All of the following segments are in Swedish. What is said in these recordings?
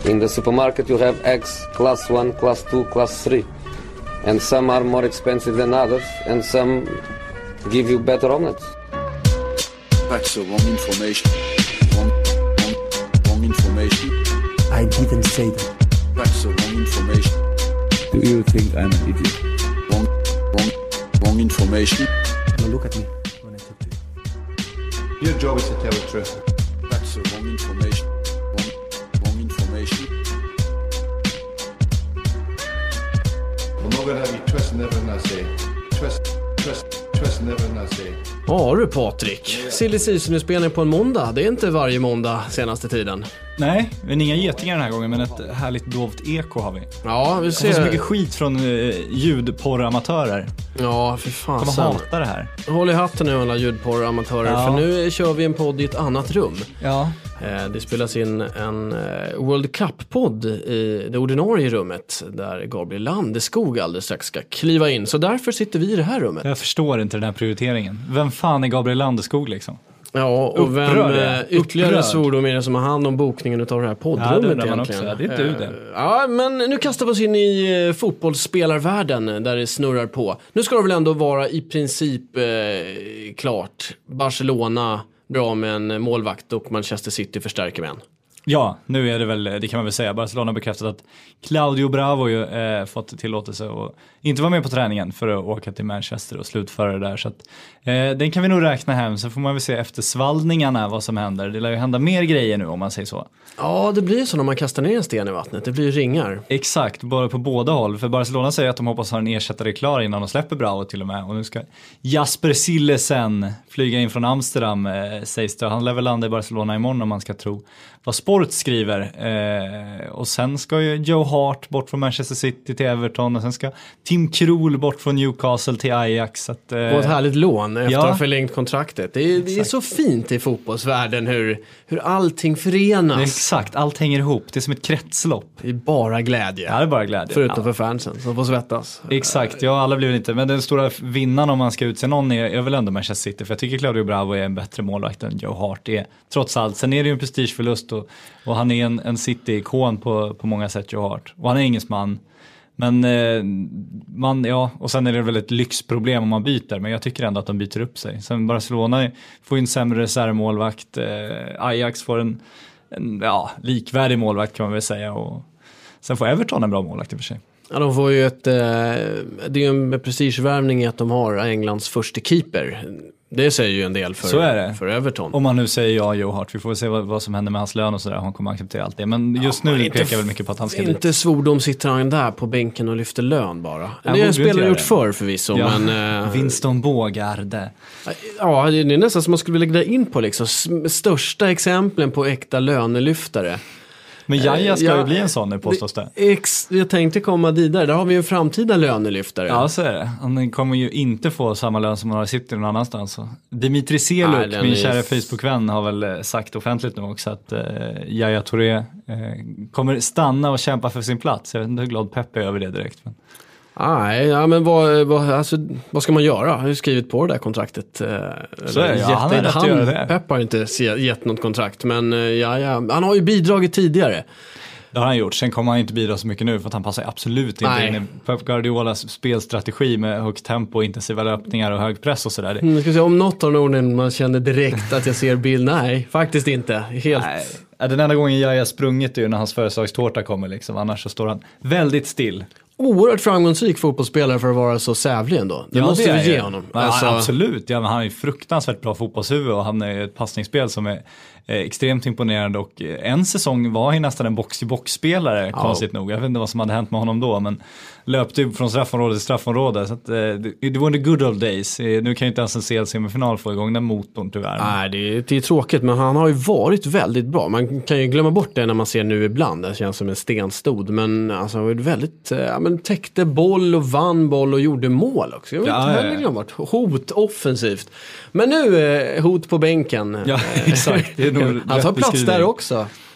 In the supermarket you have eggs class 1, class 2, class 3. And some are more expensive than others, and some give you better omelets. That's the wrong information. Wrong information. I didn't say that. That's the wrong information. Do you think I'm an idiot? Wrong information. Now look at me when I talk to you. Your job is to tell the truth. That's the wrong information. Wrong information. I'm not going to have you twisting everything I say. Twisting everything I say. Ja du Patrik, Silly Season-spelning på en måndag. Det är inte varje måndag senaste tiden. Nej, men inga getingar den här gången, men ett härligt dovt eko har vi. Ja, vi ser. Jag får så mycket skit från ljudporramatörer. Ja, för fan. Kommer hata det här. Håll i hatten nu alla ljudporramatörer, Ja. för nu kör vi en podd i ett annat rum. Ja. Det spelas in en World Cup-podd i det ordinarie rummet där Gabriel Landeskog alldeles strax ska kliva in. Så därför sitter vi i det här rummet. Jag förstår inte den här prioriteringen. Vem fan är Gabriel Landeskog liksom? Ja, och vem ytterligare Upprörd. svordom är det som har hand om bokningen av det här poddrummet Ja, det undrar man egentligen? också. Det är du det. Ja, men nu kastar vi oss in i fotbollsspelarvärlden där det snurrar på. Nu ska det väl ändå vara i princip klart. Barcelona bra med en målvakt och Manchester City förstärker med en. Ja, nu är det väl, det kan man väl säga. Barcelona har bekräftat att Claudio Bravo ju fått tillåtelse och inte vara med på träningen för att åka till Manchester och slutföra det där. Så att, den kan vi nog räkna hem. Så får man väl se efter svallningarna vad som händer. Det lär ju hända mer grejer nu om man säger så. Ja, det blir så när man kastar ner en sten i vattnet. Det blir ringar. Exakt, bara på båda håll. För Barcelona säger att de hoppas ha en ersättare klar innan de släpper Bravo till och med. Och nu ska Jasper Cillesen flyga in från Amsterdam, sägs det. Han lär väl landa i Barcelona imorgon om man ska tro vad Sport skriver. Och sen ska ju Joe Hart bort från Manchester City till Everton. Och sen ska Tim Krul bort från Newcastle till Ajax. Att, och ett härligt lån efter att ha förlängt kontraktet. Det är så fint i fotbollsvärlden hur allting förenas. Exakt, allt hänger ihop. Det är som ett kretslopp. Det är bara glädje. Ja, det är bara glädje. Förutom för fansen som får svettas. Exakt, ja alla blir inte. Men den stora vinnaren om man ska utse någon är väl ändå Manchester City. För jag tycker Claudio Bravo är en bättre målvakt än Joe Hart är. Trots allt. Sen är det ju en prestigeförlust och han är en City-ikon på många sätt, Joe Hart. Och han är engelsman. Men och sen är det väl ett lyxproblem om man byter. Men jag tycker ändå att de byter upp sig. Sen Barcelona får en sämre reservmålvakt. Ajax får en likvärdig målvakt kan man väl säga. Och sen får Everton en bra målvakt i och för sig. Ja, de får ju det är ju en prestigevärvning i att de har Englands första keeper. Det säger ju en del för Everton. Om man nu säger Joe Hart, vi får väl se vad som händer med hans lön och sådär. Han kommer acceptera allt det. Men just nu pekar väl mycket på att han ska inte svordom sitter han där på bänken och lyfter lön bara. Det har spelare gjort förvisso. Ja. Men Winston Bågarde. Ja, det är nästan som man skulle vilja lägga in på liksom största exemplen på äkta lönelyftare. Men Jaja ska ju bli en sån nu, påstås det. Jag tänkte komma dit där har vi ju en framtida lönelyftare. Ja, så är det. Han kommer ju inte få samma lön som han har sitter någon annanstans. Så. Dimitri Seluk, min kära Facebook-vän, har väl sagt offentligt nu också att Yaya Touré kommer stanna och kämpa för sin plats. Jag vet inte hur glad Peppe är över det direkt. Men... Nej, ja, men vad ska man göra? Jag har ju skrivit på det där kontraktet. Så är det, han är rätt att göra det. Pep har inte gett något kontrakt, men han har ju bidragit tidigare. Det har han gjort. Sen kommer han inte bidra så mycket nu för att han passar absolut inte in i Pep Guardiolas spelstrategi med högt tempo, intensiva löpningar och hög press och sådär. Ska säga, om något av orden man känner direkt att jag ser bild, nej, faktiskt inte. Helt... Nej. Den enda gången jag sprungit är ju när hans födelsedagstårta kommer liksom. Annars så står han väldigt still. Oerhört framgångsrik fotbollsspelare för att vara så sävlig ändå. Det måste vi ge honom. Alltså... Ja, absolut. Ja, men han är ju fruktansvärt bra fotbollshuvud och han är ett passningsspel som är extremt imponerande. Och en säsong var han nästan en box-till-box-spelare, konstigt nog. Jag vet inte vad som hade hänt med honom då, men löpte från straffområde till straffområde. Så att, det var the good old days. Nu kan ju inte ens en CL-semifinal få igång den motorn tyvärr. Nej, det är tråkigt, men han har ju varit väldigt bra. Man kan ju glömma bort det när man ser nu ibland. Det känns som en stenstod. Men alltså, han var väldigt... täckte boll och vann boll och gjorde mål också. Jag vill inte heller glömma bort. Hot offensivt. Men nu hot på bänken. Ja, exakt. Det är nog han tar plats där också.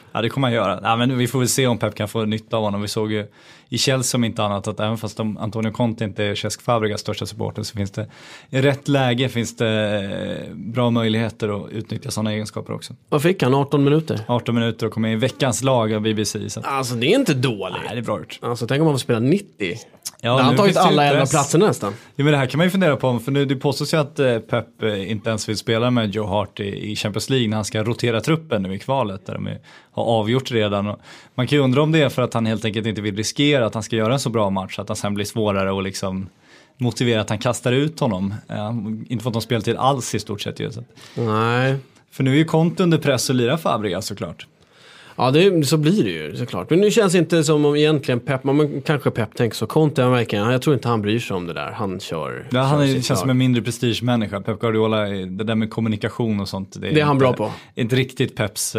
Ja, det kommer han göra. Ja, men vi får väl se om Pep kan få nytta av honom. Vi såg ju i Chelsea om inte annat att även fast Antonio Conte inte är Cesc Fabregas största supporter så finns det i rätt läge finns det bra möjligheter att utnyttja sådana egenskaper också. Vad fick han? 18 minuter? 18 minuter och kommer i veckans lag av BBC. Så. Alltså det är inte dåligt. Nej, det är bra gjort. Alltså tänk om man får spela 90. Ja, han har tagit alla 11 platser nästan. Ja, men det här kan man ju fundera på, för nu det påstås ju att Pep inte ens vill spela med Joe Hart i Champions League när han ska rotera truppen nu i kvalet där de har avgjort redan. Och man kan ju undra om det är för att han helt enkelt inte vill riskera att han ska göra en så bra match att han sen blir svårare och liksom motivera att han kastar ut honom. Inte fått någon speltid alls i stort sett ju. Nej. För nu är ju Conte under press och lirar Fabregas såklart. Ja, så blir det ju såklart. Men nu känns det inte som om egentligen Pep, man kanske Pep tänker så. Conte verkligen, jag tror inte han bryr sig om det där. Han kör. Ja, han känns som en mindre prestigemänniska. Pep Guardiola, det där med kommunikation och sånt. Det är han bra på. Inte riktigt Peps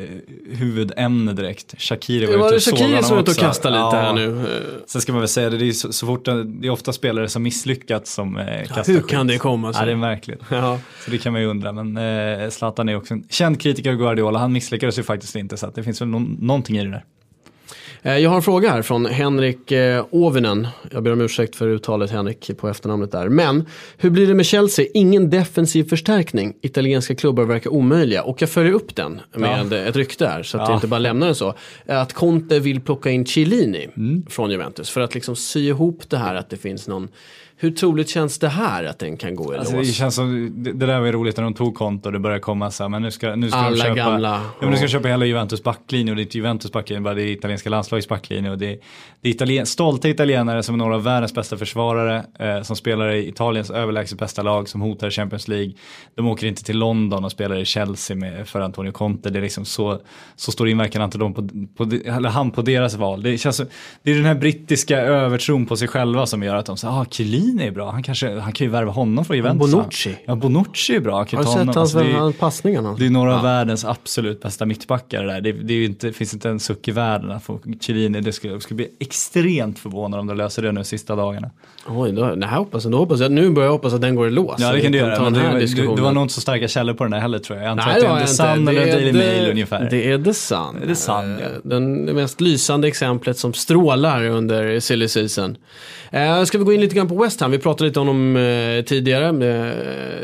huvudämne direkt. Shaqiri var ute och såg honom också. Och kasta lite här nu. Sen ska man väl säga det är så fort det är ofta spelare som misslyckats som kastar hur kan det komma sig? Ja, det är märkligt. Ja. Så det kan man ju undra. Men Zlatan är också en känd kritiker av Guardiola. Han misslyckades ju faktiskt inte, så att det finns väl någonting i det där. Jag har en fråga här från Henrik Ovinen. Jag ber om ursäkt för uttalet Henrik på efternamnet där. Men hur blir det med Chelsea? Ingen defensiv förstärkning. Italienska klubbar verkar omöjliga. Och jag följer upp den med ett rykte här. Så att jag inte bara lämnar det så. Att Conte vill plocka in Chiellini från Juventus. För att liksom sy ihop det här att det finns någon... Hur troligt känns det här att den kan gå i lås? Det känns som, det där var roligt när de tog Conte och det började komma så här, men nu ska alla de köpa, nu ska köpa hela Juventus backlinje, och det är inte Juventus backlinje, bara det är italienska landslagets backlinje, och det är stolta italienare som är några av världens bästa försvarare som spelar i Italiens överlägset bästa lag som hotar Champions League. De åker inte till London och spelar i Chelsea för Antonio Conte. Det är liksom så stor inverkan inte de eller han på deras val. Det är den här brittiska övertron på sig själva som gör att de säger Chiellini är bra. Han kan ju värva honom från Juventus. Bonucci. Ja, Bonucci är bra. Har du sett hans passningarna? Det är några av världens absolut bästa mittbackar där. Det är ju inte, finns inte en suck i världen att få Chiellini. Det skulle bli extremt förvånad om de löser det nu sista dagarna. Oj, det här hoppas jag. Nu börjar jag hoppas att den går i lås. Ja, det kan du göra. Men det var nog inte så starka källor på den där heller, tror jag. Jag antar att det är The Sun eller Daily Mail ungefär. Det är The Sun. Det är The Sun, ja. Det mest lysande exemplet som strålar under silly season. Ska vi gå in lite grann på West Ham? Vi pratade lite om dem tidigare.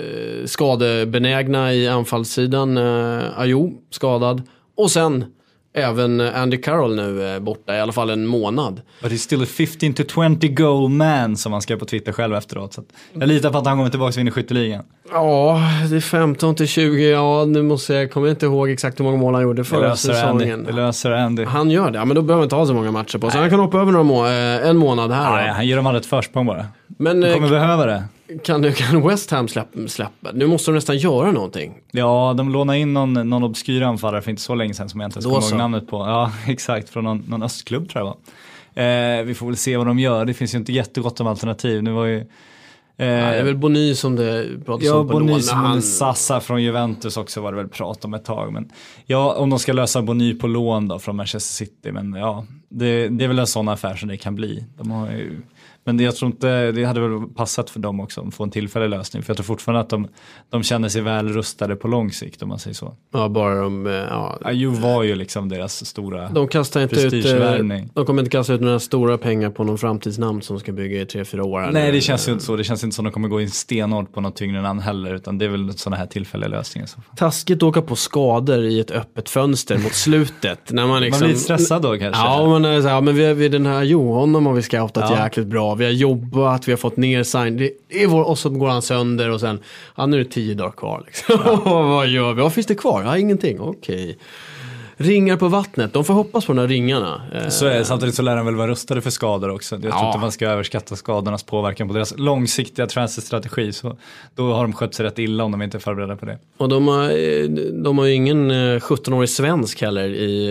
Skadebenägna i anfallssidan. Ayew skadad. Och sen även Andy Carroll nu borta i alla fall en månad. But he's still a 15 to 20 goal man, som han skrev på Twitter själv efteråt. Så jag litar på att han kommer tillbaka och vinner skytteligan. Ja, det är 15 till 20. Ja, nu måste jag kommer inte ihåg exakt hur många mål han gjorde förra säsongen. Det löser Andy. Han gör det, ja, men då behöver han inte ha så många matcher på. Så han kan hoppa över en månad här. Ja, han ger dem alla ett försprång bara. Men de kommer behöva det. Kan West Ham släppa? Nu måste de nästan göra någonting. Ja, de lånar in någon obskyr anfallare för inte så länge sedan som jag inte kommer ihåg namnet på. Ja, exakt, från någon östklubb tror jag var. Vi får väl se vad de gör. Det finns ju inte jättegott om alternativ. Nu var ju det är väl Bony som det pratas om på lån. Ja, Bony som Sassa från Juventus också var det väl prat om ett tag. Men ja, om de ska lösa Bony på lån då från Manchester City. Men ja, det är väl en sån affär som det kan bli. De har ju... Men jag tror inte, det hade väl passat för dem också att få en tillfällig lösning. För jag tror fortfarande att de känner sig väl rustade på lång sikt, om man säger så. Ja, bara Ayew var ju liksom deras stora de kastar inte ut, de kommer inte kasta ut några stora pengar på någon framtidsnamn som ska bygga i 3-4 år. Nej, det känns ju inte så. Det känns inte som att de kommer gå in stenhårt på något tyngre namn heller. Utan det är väl sådana här tillfälliga lösningar. Taskigt att åka på skador i ett öppet fönster mot slutet. När man liksom... Man blir stressad då kanske. Ja, man är så här, men vi den här honom har vi scoutat jäkligt bra. Vi har jobbat, vi har fått ner sign. Det är och så går han sönder och sen, nu är det 10 dagar kvar liksom. Vad gör vi? Vad finns det kvar? Ja, ingenting. Okej. Ringar på vattnet. De får hoppas på de här ringarna. Så är det. Samtidigt så lär de väl vara rustade för skador också. Jag tror inte man ska överskatta skadornas påverkan på deras långsiktiga transferstrategi. Så då har de skött sig rätt illa om de inte är förberedda på det. Och de har ju ingen 17-årig svensk heller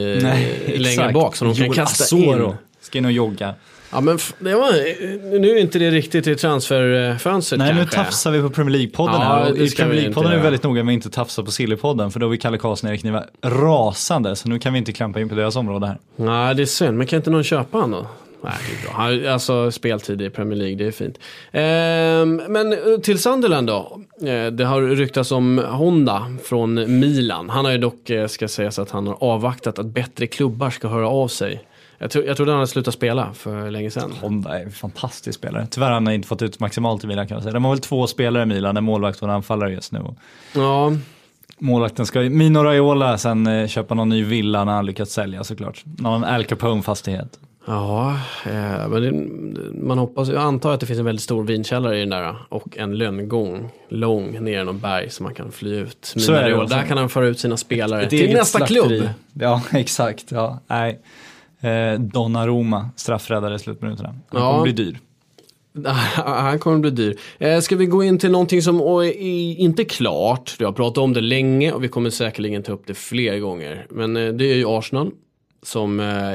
längre bak. Så de kan kasta in. Ska in och jogga. Ja, men nu är inte det riktigt i transferfönstret. Nej, kanske. Nu tafsar vi på Premier League-podden här. Och i Premier League-podden är vi väldigt noga med att inte tafsa på Silly-podden. För då är vi Kalle Karlsson och Erik Niva rasande. Så nu kan vi inte klampa in på deras område här. Nej, det är synd. Men kan inte någon köpa han då? Nej, det är bra. Alltså speltid i Premier League, det är fint. Men till Sunderland då. Det har ryktats om Honda från Milan. Han har ju dock, ska sägas att han har avvaktat att bättre klubbar ska höra av sig. Jag trodde han hade slutat spela för länge sedan. Honda är en fantastisk spelare. Tyvärr har han inte fått ut maximalt i Milan, kan man säga. De har väl 2 spelare i Milan, en målvakt och en anfallare just nu. Ja. Målvakten ska Mino Raiola sen köpa någon ny villa när han lyckats sälja, såklart. Någon Al Capone-fastighet. Ja, men man hoppas, jag antar att det finns en väldigt stor vinkällare i den där och en lönngång lång ner i någon berg som man kan fly ut. Så är det. Där kan han föra ut sina spelare Ett till nästa slakteri. klubb. Ja, exakt. Ja, nej. Donnarumma, straffräddare i slutminuterna. Han kommer bli dyr. Han kommer bli dyr. Ska vi gå in till någonting som är inte klart? Jag har pratat om det länge och vi kommer säkerligen ta upp det fler gånger. Men det är ju Arsenal som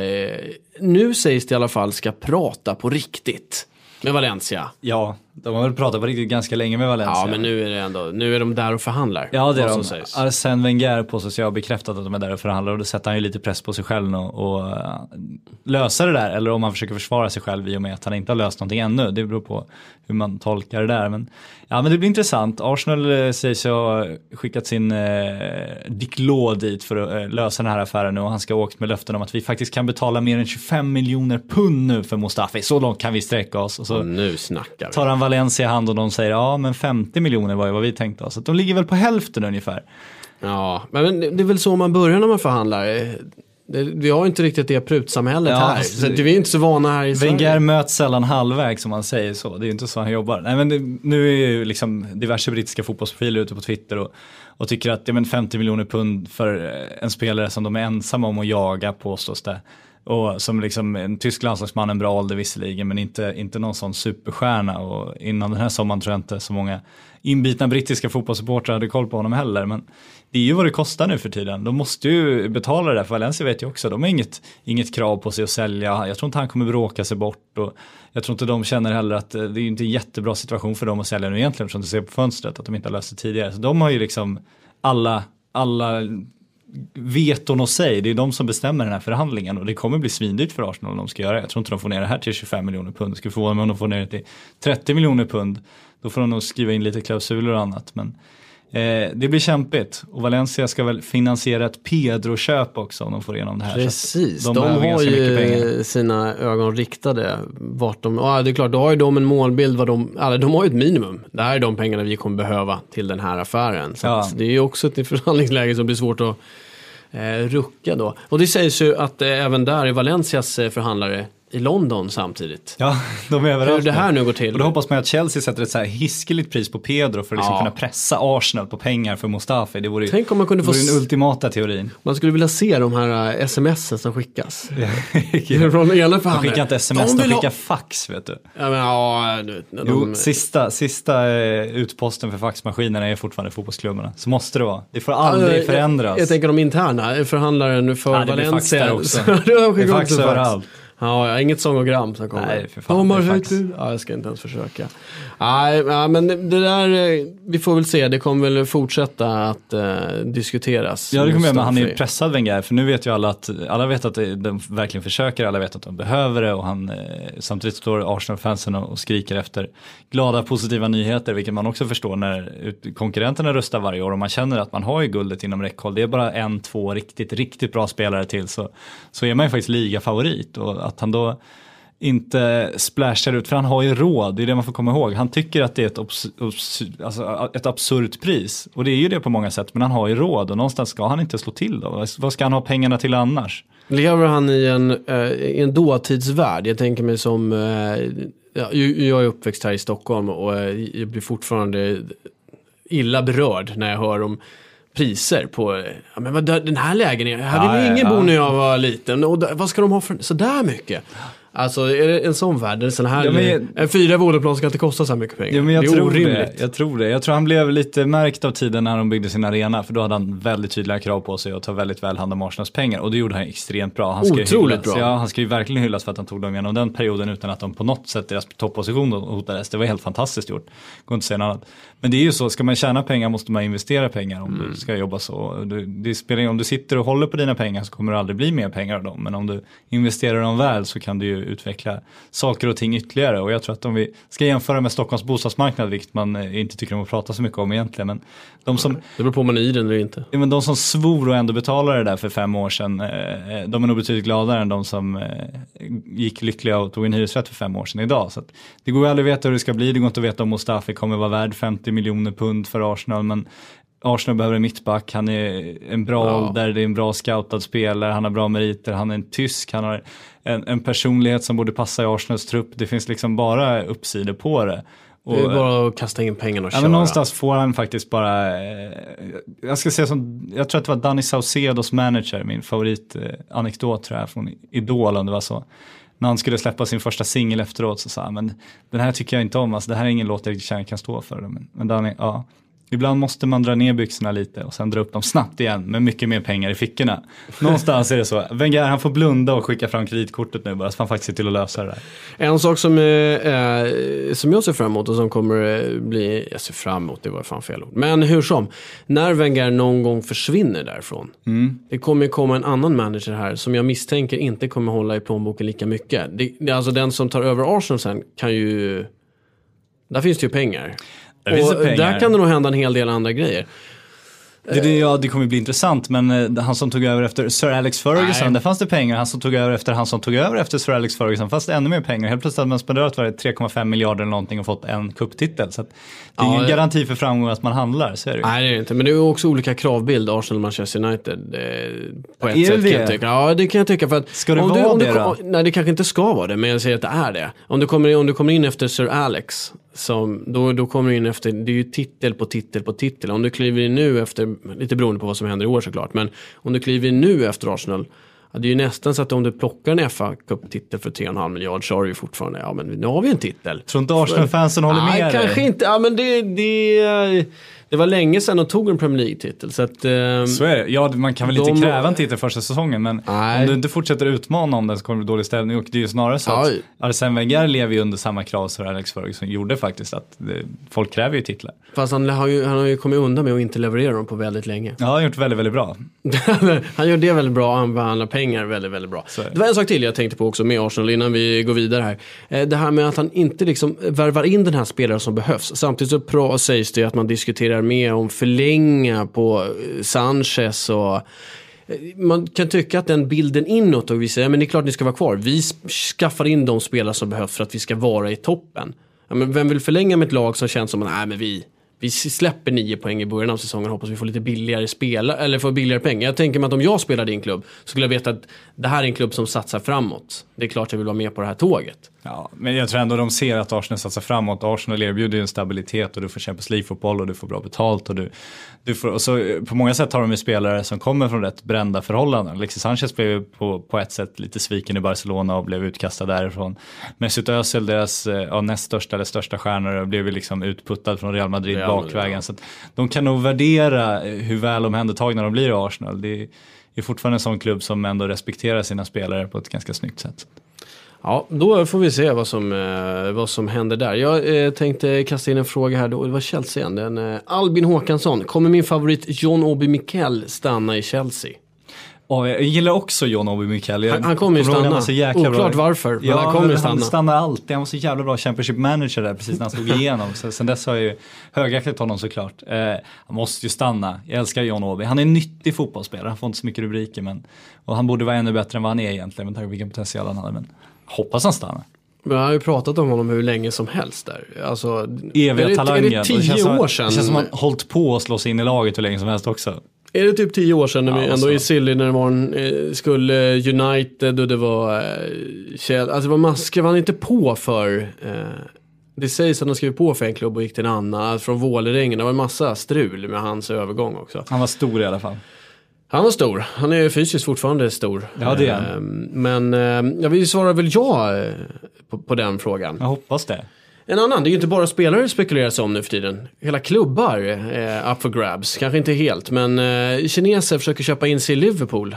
nu sägs det i alla fall ska prata på riktigt med Valencia. Ja, de har väl pratat på riktigt ganska länge med Valencia. Ja, men nu är de där och förhandlar. Ja, det är de. Sägs. Arsène Wenger på sig har bekräftat att de är där och förhandlar, och då sätter han ju lite press på sig själv och lösa det där, eller om han försöker försvara sig själv i och med att han inte har löst någonting ännu. Det beror på hur man tolkar det där. Men det blir intressant. Arsenal säger sig ha skickat sin Dick Law dit för att lösa den här affären nu, och han ska ha åkt med löften om att vi faktiskt kan betala mer än 25 miljoner pund nu för Mustafi. Så långt kan vi sträcka oss. Och så nu snackar vi. Tar han Valencia i hand och de säger men 50 miljoner var ju vad vi tänkte oss. Så de ligger väl på hälften ungefär. Ja, men det är väl så man börjar när man förhandlar. Vi har inte riktigt det prutsamhället här. Så vi är inte så vana här i Sverige. Wenger möts sällan halvväg, som man säger så. Det är ju inte så han jobbar. Nej, men nu är ju liksom diverse brittiska fotbollsprofiler ute på Twitter och tycker att 50 miljoner pund för en spelare som de är ensamma om att jaga, påstås det. Och som liksom en tysk landslagsman, en bra ålder visserligen, men inte någon sån superstjärna. Och innan den här sommaren tror jag inte så många inbitna brittiska fotbollssupportrar hade koll på honom heller. Men det är ju vad det kostar nu för tiden. De måste ju betala det där, för Valencia vet ju också. De har inget krav på sig att sälja. Jag tror inte han kommer bråka sig bort. Och jag tror inte de känner heller att det är inte en jättebra situation för dem att sälja nu egentligen. Eftersom du ser på fönstret att de inte har löst det tidigare. Så de har ju liksom alla veton och säg. Det är de som bestämmer den här förhandlingen, och det kommer bli svindyrt för Arsenal om de ska göra det. Jag tror inte de får ner det här till 25 miljoner pund. Det skulle förvåna mig om de får ner det till 30 miljoner pund. Då får de nog skriva in lite klausuler och annat. Men det blir kämpigt. Och Valencia ska väl finansiera ett Pedro-köp också om de får igenom det här. Precis, de har ju sina ögon riktade vart de... Ja, det är klart, då har ju de en målbild vad de har ju ett minimum. Det här är de pengarna vi kommer behöva till den här affären. Så att det är ju också ett förhandlingsläge som blir svårt att rucka då. Och det sägs ju att även där är Valencias förhandlare i London samtidigt. Ja, de är överallt. Hur det här nu går till. Och då hoppas man att Chelsea sätter ett så här hiskeligt pris på Pedro för att liksom kunna pressa Arsenal på pengar för Mustafi. Det vore, tänk om man kunde få den ultimata teorin. Man skulle vilja se de här sms'en som skickas. Från ena de skickar inte sms, de skickar fax, vet du. Ja, men, sista utposten för faxmaskinerna är fortfarande fotbollsklubbarna. Så måste det vara. Det får aldrig förändras. Jag tänker de interna förhandlaren för Valencia. Det är fax överallt. Ja, inget sångogram som kommer. Nej, för fan. Jag ska inte ens försöka. Nej, men det där, vi får väl se. Det kommer väl fortsätta att diskuteras. Ja, det kommer men han är ju pressad, Wenger. För nu vet ju alla vet att de verkligen försöker. Alla vet att de behöver det. Och samtidigt står Arsenal-fansen och skriker efter glada, positiva nyheter. Vilket man också förstår när konkurrenterna röstar varje år. Och man känner att man har ju guldet inom räckhåll. Det är bara 1-2 riktigt bra spelare till. Så är man ju faktiskt ligafavorit. Och att han då inte splashar ut, för han har ju råd, det är det man får komma ihåg. Han tycker att det är ett absurt pris, och det är ju det på många sätt, men han har ju råd, och någonstans ska han inte slå till då. Vad ska han ha pengarna till annars? Lever han i en dåtidsvärld? Jag tänker mig som jag är uppväxt här i Stockholm, och jag blir fortfarande illa berörd när jag hör om priser på, men den här lägenheten, här ville ingen bo när jag var liten, och vad ska de ha för så där mycket? Alltså är det en sån värld, en 4 vårdplan ska inte kosta så här mycket pengar. Ja, men det är orimligt. Jag tror han blev lite märkt av tiden när de byggde sin arena, för då hade han väldigt tydliga krav på sig att ta väldigt väl hand om Arsenals pengar, och det gjorde han extremt bra. Otroligt bra. Ja, han ska ju verkligen hyllas för att han tog dem igenom den perioden utan att de på något sätt deras topposition hotades. Det var helt fantastiskt gjort. Går inte att säga något annat. Men det är ju så, ska man tjäna pengar måste man investera pengar om du ska jobba så. Det spelar, om du sitter och håller på dina pengar så kommer det aldrig bli mer pengar av dem, men om du investerar dem väl så kan du ju utveckla saker och ting ytterligare. Och jag tror att om vi ska jämföra med Stockholms bostadsmarknad, vilket man inte tycker om att prata så mycket om egentligen, men de som... Det beror på om man är i den eller inte. Ja, men de som svor och ändå betalade det där för 5 år sedan, de är nog betydligt gladare än de som gick lyckliga och tog en hyresrätt för 5 år sedan idag. Så att det går ju aldrig att veta hur det ska bli, det går inte att veta om Mustafi kommer vara värd 50 miljoner pund för Arsenal, men Arsenal behöver en mittback, han är en bra ålder, det är en bra scoutad spelare, han har bra meriter, han är en tysk, han har en personlighet som borde passa i Arsenals trupp, det finns liksom bara uppsidor på det. Och, det är bara att kasta in pengarna och köra. Men någonstans får han faktiskt bara, jag ska säga som, jag tror att det var Danny Saucedos manager, min favoritanekdot tror jag från Idol om det var så. När han skulle släppa sin första singel efteråt så sa han, men den här tycker jag inte om, alltså det här är ingen låt jag kan stå för. Men Danny, ja. Ibland måste man dra ner byxorna lite och sen dra upp dem snabbt igen med mycket mer pengar i fickorna. Någonstans är det så. Wenger, han får blunda och skicka fram kreditkortet nu bara så han faktiskt ser till att lösa det där. En sak som jag ser fram emot och som kommer bli, jag ser fram emot, det var fan fel ord. Men hur som, när Wenger någon gång försvinner därifrån, det kommer komma en annan manager här som jag misstänker inte kommer hålla i plånboken lika mycket. Det är alltså den som tar över Arsenal sen kan ju, där finns det ju pengar. Där kan det nog hända en hel del andra grejer. Det kommer bli intressant, men han som tog över efter Sir Alex Ferguson, där fanns det pengar. Han som tog över efter Sir Alex Ferguson fanns det ännu mer pengar. Helt plötsligt hade man spenderat 3,5 miljarder eller någonting och fått en kupptitel. Så att det är ingen garanti för framgång att man handlar, så är det ju. Nej, det är det inte. Men det är också olika kravbild, Arsenal och Manchester United. På ett sätt kan jag tycka. Ja, det kan jag tycka. För att ska det vara det då? Nej, det kanske inte ska vara det, men jag säger att det är det. Om du kommer in efter Sir Alex, då kommer du in efter, det är ju titel på titel på titel. Om du kliver in nu efter, lite beroende på vad som händer i år såklart, men om du kliver in nu efter Arsenal, det är ju nästan så att om du plockar en FA-cup-titel för 3,5 miljarder så har du ju fortfarande, ja men nu har vi en titel. Tror inte Arsenal-fansen håller med? Nej, kanske inte, ja men det var länge sedan de tog en Premier League-titel. Så att, så är det. Ja, man kan väl inte kräva en titel första säsongen, men om du inte fortsätter utmana om den så kommer det bli dålig ställning. Och det är ju snarare så att Arsene Wenger lever ju under samma krav som Alex Ferguson gjorde faktiskt. Att folk kräver ju titlar. Fast han har ju kommit undan med att inte leverera dem på väldigt länge. Ja, han har gjort väldigt, väldigt bra. Han gör det väldigt bra, han behandlar pengar väldigt, väldigt bra. Det var en sak till jag tänkte på också med Arsenal innan vi går vidare här. Det här med att han inte liksom värvar in den här spelaren som behövs. Samtidigt så sägs det att man diskuterar mer om förlänga på Sanchez och man kan tycka att den bilden inåt och vi säger, men det är klart ni ska vara kvar. Vi skaffar in de spelare som behövs för att vi ska vara i toppen. Ja, men vem vill förlänga med ett lag som känns som att vi släpper 9 poäng i början av säsongen, hoppas vi får lite billigare spelare eller får billigare pengar. Jag tänker mig att om jag spelade i en klubb så skulle jag veta att det här är en klubb som satsar framåt. Det är klart jag vill vara med på det här tåget. Ja, men jag tror ändå de ser att Arsenal satsar framåt. Arsenal erbjuder en stabilitet och du får Champions League-fotboll och du får bra betalt och du får, och så på många sätt har de ju spelare som kommer från rätt brända förhållanden. Alexis Sanchez blev på ett sätt lite sviken i Barcelona och blev utkastad därifrån. Mesut Özil, deras näst största eller största stjärnor, blev liksom utputtad från Real Madrid bakvägen. Så att de kan nog värdera hur väl omhändertagna de blir i Arsenal. Det är fortfarande en sån klubb som ändå respekterar sina spelare på ett ganska snyggt sätt. Ja, då får vi se vad som händer där. Jag tänkte kasta in en fråga här då. Det var Chelsea igen. Albin Håkansson. Kommer min favorit John Obi Mikel stanna i Chelsea? Ja, jag gillar också John Obi Mikel. Han kommer ju stanna. Oklart varför, men han kommer ju stanna. Han stannar alltid. Han var så jävla bra Championship manager där precis när han slog igenom. Så sen dess har jag ju högaktigt honom såklart. Han måste ju stanna. Jag älskar John Obi. Han är en nyttig fotbollsspelare. Han får inte så mycket rubriker. Och han borde vara ännu bättre än vad han är egentligen. Med tanke på vilken potential han hade. Men hoppas han stannar. Men jag har ju pratat om honom hur länge som helst där. Alltså, eviga talangen. Är det 10 år sedan? Det känns som att han hållit på att slå sig in i laget hur länge som helst också. Är det typ 10 år sedan när vi ändå i Silly när det var skulle United och det var Chelsea. Alltså vad skrev han inte på för... det sägs att han skrev på för en klubb och gick till en annan. Från Vålerengen. Det var en massa strul med hans övergång också. Han var stor i alla fall. Han var stor. Han är fysiskt fortfarande stor. Ja, det är han. Men jag vill svara väl på den frågan. Jag hoppas det. En annan, det är ju inte bara spelare spekuleras om nu för tiden. Hela klubbar är up for grabs. Kanske inte helt, men kineser försöker köpa in sig i Liverpool.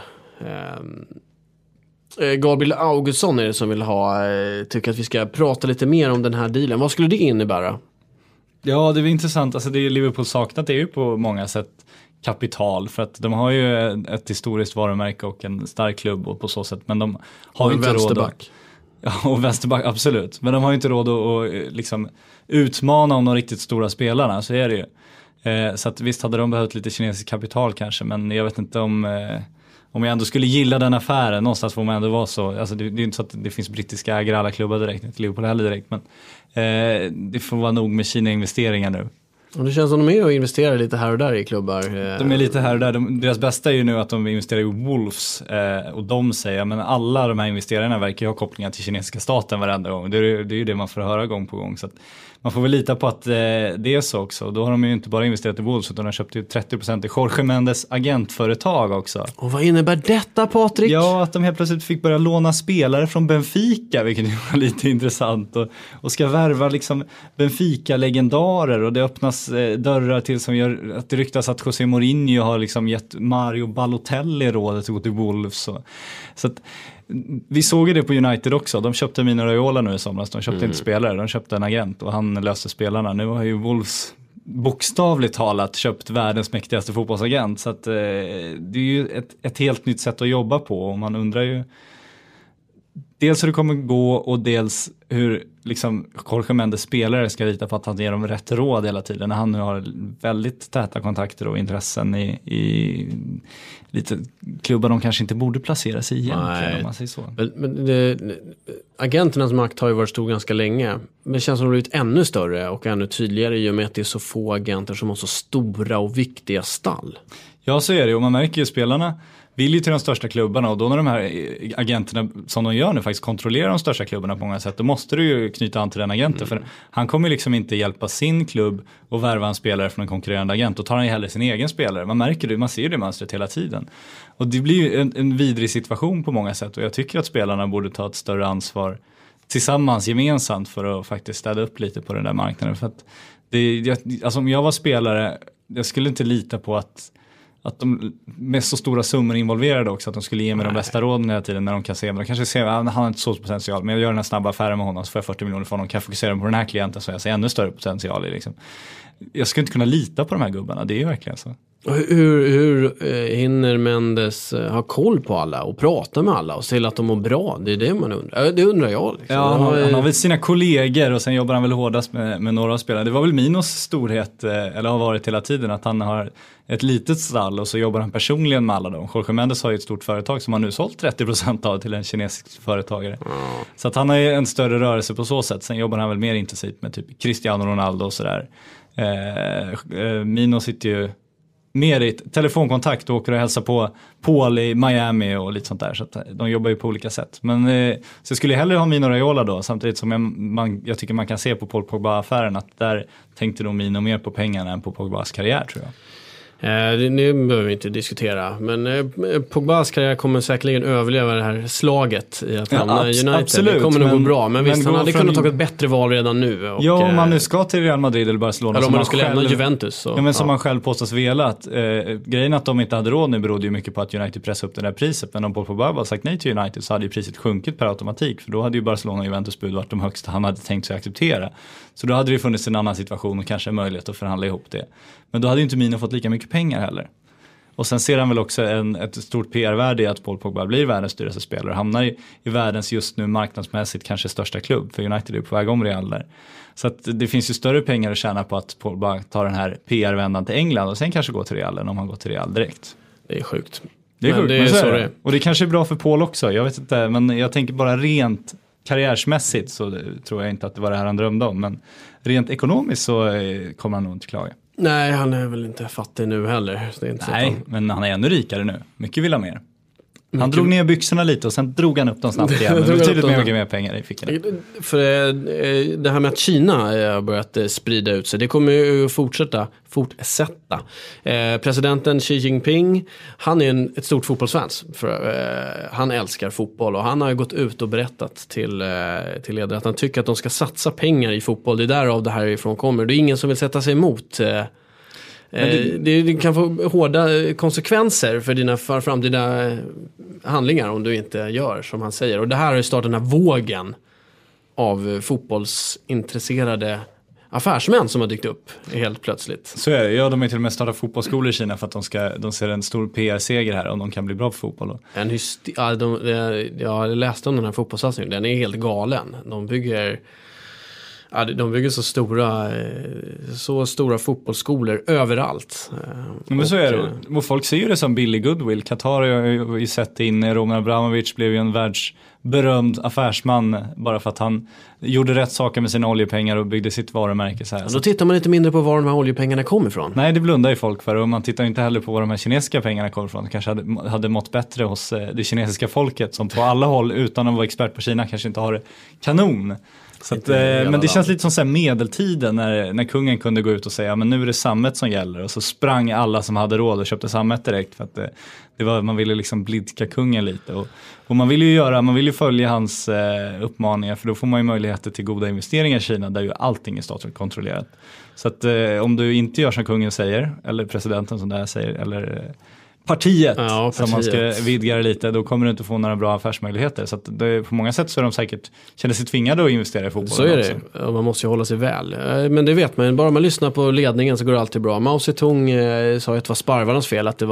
Gabriel Augustsson är det som vill tycker att vi ska prata lite mer om den här dealen. Vad skulle det innebära? Ja, det är intressant. Alltså det Liverpool saknat är ju på många sätt kapital, för att de har ju ett historiskt varumärke och en stark klubb och på så sätt, men de har inte råd. Ja, och vänsterback, absolut. Men de har ju inte råd att liksom utmana om de riktigt stora spelarna, så är det ju. Så att visst hade de behövt lite kinesisk kapital kanske, men jag vet inte om jag ändå skulle gilla den affären. Någonstans får man ändå vara så. Alltså det är ju inte så att det finns brittiska ägare alla klubbar direkt, inte Liverpool heller direkt, men det får vara nog med Kina-investeringar nu. Och det känns som de är och investerar lite här och där i klubbar. De är lite här och där. Deras bästa är ju nu att de investerar i Wolves. Och de säger, men alla de här investerarna verkar ju ha kopplingar till kinesiska staten varenda gång. Det är ju det man får höra gång på gång. Så att man får väl lita på att det är så också. Då har de ju inte bara investerat i Wolves, utan de har köpt ju 30% i Jorge Mendes agentföretag också. Och vad innebär detta, Patrik? Ja, att de helt plötsligt fick börja låna spelare från Benfica, vilket var lite intressant. Och ska värva liksom Benfica-legendarer, och det öppnas dörrar till som gör att det ryktas att José Mourinho har liksom gett Mario Balotelli rådet att gå till Wolves. Så att vi såg ju det på United också. De köpte Mino Raiola nu i somras. De köpte inte spelare, de köpte en agent och han löste spelarna. Nu har ju Wolves bokstavligt talat köpt världens mäktigaste fotbollsagent. Så att det är ju ett helt nytt sätt att jobba på, och man undrar ju dels hur det kommer gå, och dels hur liksom Jorge Mendes spelare ska lita på att han ger dem rätt råd hela tiden, när han nu har väldigt täta kontakter och intressen i lite klubbar de kanske inte borde placera sig i egentligen, om man säger så. Men agenternas makt har ju varit stor ganska länge, men det känns som det har blivit ännu större och ännu tydligare i och med att det är så få agenter som har så stora och viktiga stall. Ja, så är det, och man märker ju spelarna vill ju till de största klubbarna, och då när de här agenterna som de gör nu faktiskt kontrollerar de största klubbarna på många sätt, då måste du ju knyta an till den agenten, för han kommer liksom inte hjälpa sin klubb och värva en spelare från en konkurrerande agent, och tar han ju hellre sin egen spelare. Man märker det, man ser ju det mönstret hela tiden, och det blir ju en vidrig situation på många sätt, och jag tycker att spelarna borde ta ett större ansvar tillsammans, gemensamt, för att faktiskt städa upp lite på den där marknaden. För att alltså om jag var spelare, jag skulle inte lita på att de med så stora summor involverade också, att de skulle ge mig de bästa råden hela tiden när de kan se, men de kanske ser att han har inte så potential, men jag gör den här snabba affären med honom så får jag 40 miljoner från honom, kan jag fokusera på den här klienten så jag ser ännu större potential i liksom. Jag skulle inte kunna lita på de här gubbarna, det är ju verkligen så. Hur hinner Mendes ha koll på alla och prata med alla och se till att de mår bra? Det är det man undrar. Det undrar jag. Liksom. Ja, han har väl sina kollegor, och sen jobbar han väl hårdast med några spelare. Det var väl Minos storhet, eller har varit hela tiden, att han har ett litet stall och så jobbar han personligen med alla dem. Jorge Mendes har ju ett stort företag som han nu sålt 30% av till en kinesisk företagare. Så att han har ju en större rörelse på så sätt. Sen jobbar han väl mer intensivt med typ Cristiano Ronaldo och sådär. Mino sitter ju mer i telefonkontakt och åker och hälsar på Paul i Miami och lite sånt där. Så att de jobbar ju på olika sätt. Men så jag skulle hellre ha Mino Raiola då, samtidigt som jag tycker man kan se på Paul Pogba-affären att där tänkte nog Mino mer på pengarna än på Pogbas karriär, tror jag. Nu behöver vi inte diskutera, men Pogbas karriär kommer säkerligen överleva det här slaget i att hamna i United. Absolut, det kommer nog gå bra, men visst, han hade kunnat ta ett bättre val redan nu. Och, ja, om man nu ska till Real Madrid eller Barcelona, eller om man skulle lämna Juventus. Så, ja, men som man själv påstås velat. Grejen att de inte hade råd nu berodde ju mycket på att United pressade upp det där priset, men om Paul Pogba hade sagt nej till United så hade ju priset sjunkit per automatik, för då hade ju Barcelona och Juventus bud varit de högsta han hade tänkt sig acceptera. Så då hade det funnits en annan situation och kanske en möjlighet att förhandla ihop det. Men då hade ju inte Mino fått lika mycket pengar heller. Och sen ser han väl också ett stort PR-värde i att Paul Pogba blir världens dyraste spelare. Hamnar i världens just nu marknadsmässigt kanske största klubb. För United är på väg om Real där. Så att det finns ju större pengar att tjäna på att Pogba tar den här PR-vändan till England och sen kanske går till Real än om han går till Real direkt. Det är sjukt. Det är sjukt, men så är det. Och det kanske är bra för Paul också. Jag vet inte, men jag tänker bara rent karriärsmässigt så tror jag inte att det var det här han drömde om. Men rent ekonomiskt så kommer han nog inte klaga. Nej, han är väl inte fattig nu heller. Det är inte nej, men han är ännu rikare nu. Mycket vill ha mer. Han drog ner byxorna lite och sen drog han upp dem snabbt igen. Men betydligt mer pengar i fickan. För det här med att Kina har börjat sprida ut sig, det kommer ju fortsätta. Presidenten Xi Jinping, han är ett stort fotbollsfans. Han älskar fotboll och han har gått ut och berättat till ledare att han tycker att de ska satsa pengar i fotboll. Det är därav det här ifrån kommer. Det är ingen som vill sätta sig emot. Det kan få hårda konsekvenser för dina framtida handlingar om du inte gör som han säger. Och det här har ju startat den här vågen av fotbollsintresserade affärsmän som har dykt upp helt plötsligt. Så är det. Ja, de är till och med startat fotbollsskolor i Kina för att de ser en stor PR-seger här om de kan bli bra på fotboll. Då. Jag läste om den här fotbollssatsningen, den är helt galen. De bygger så stora fotbollsskolor överallt. Men så är det. Och folk ser ju det som billig goodwill. Qatar har ju sett in, Roman Abramovich blev ju en världsberömd affärsman bara för att han gjorde rätt saker med sina oljepengar och byggde sitt varumärke så här. Då tittar man lite mindre på var de här oljepengarna kommer ifrån. Nej, det blundar ju folk för, och man tittar inte heller på var de här kinesiska pengarna kommer ifrån. Kanske hade mått bättre hos det kinesiska folket som på alla håll, utan att vara expert på Kina, kanske inte har det kanon. Så att, men det känns lite som så här medeltiden när kungen kunde gå ut och säga men nu är det sammet som gäller, och så sprang alla som hade råd och köpte sammet direkt för att man ville liksom blidka kungen lite, och man vill ju följa hans uppmaningar, för då får man ju möjligheter till goda investeringar i Kina där ju allting är statligt kontrollerat. Så att om du inte gör som kungen säger, eller presidenten som det här säger, eller partiet som man ska vidga det lite, då kommer du inte få några bra affärsmöjligheter. Så att på många sätt så är de säkert känner sig tvingade att investera i fotboll. Så är det, och man måste ju hålla sig väl. Men det vet man, bara man lyssnar på ledningen så går det alltid bra. Mao Zedong sa ju att det var sparvarnas fel att det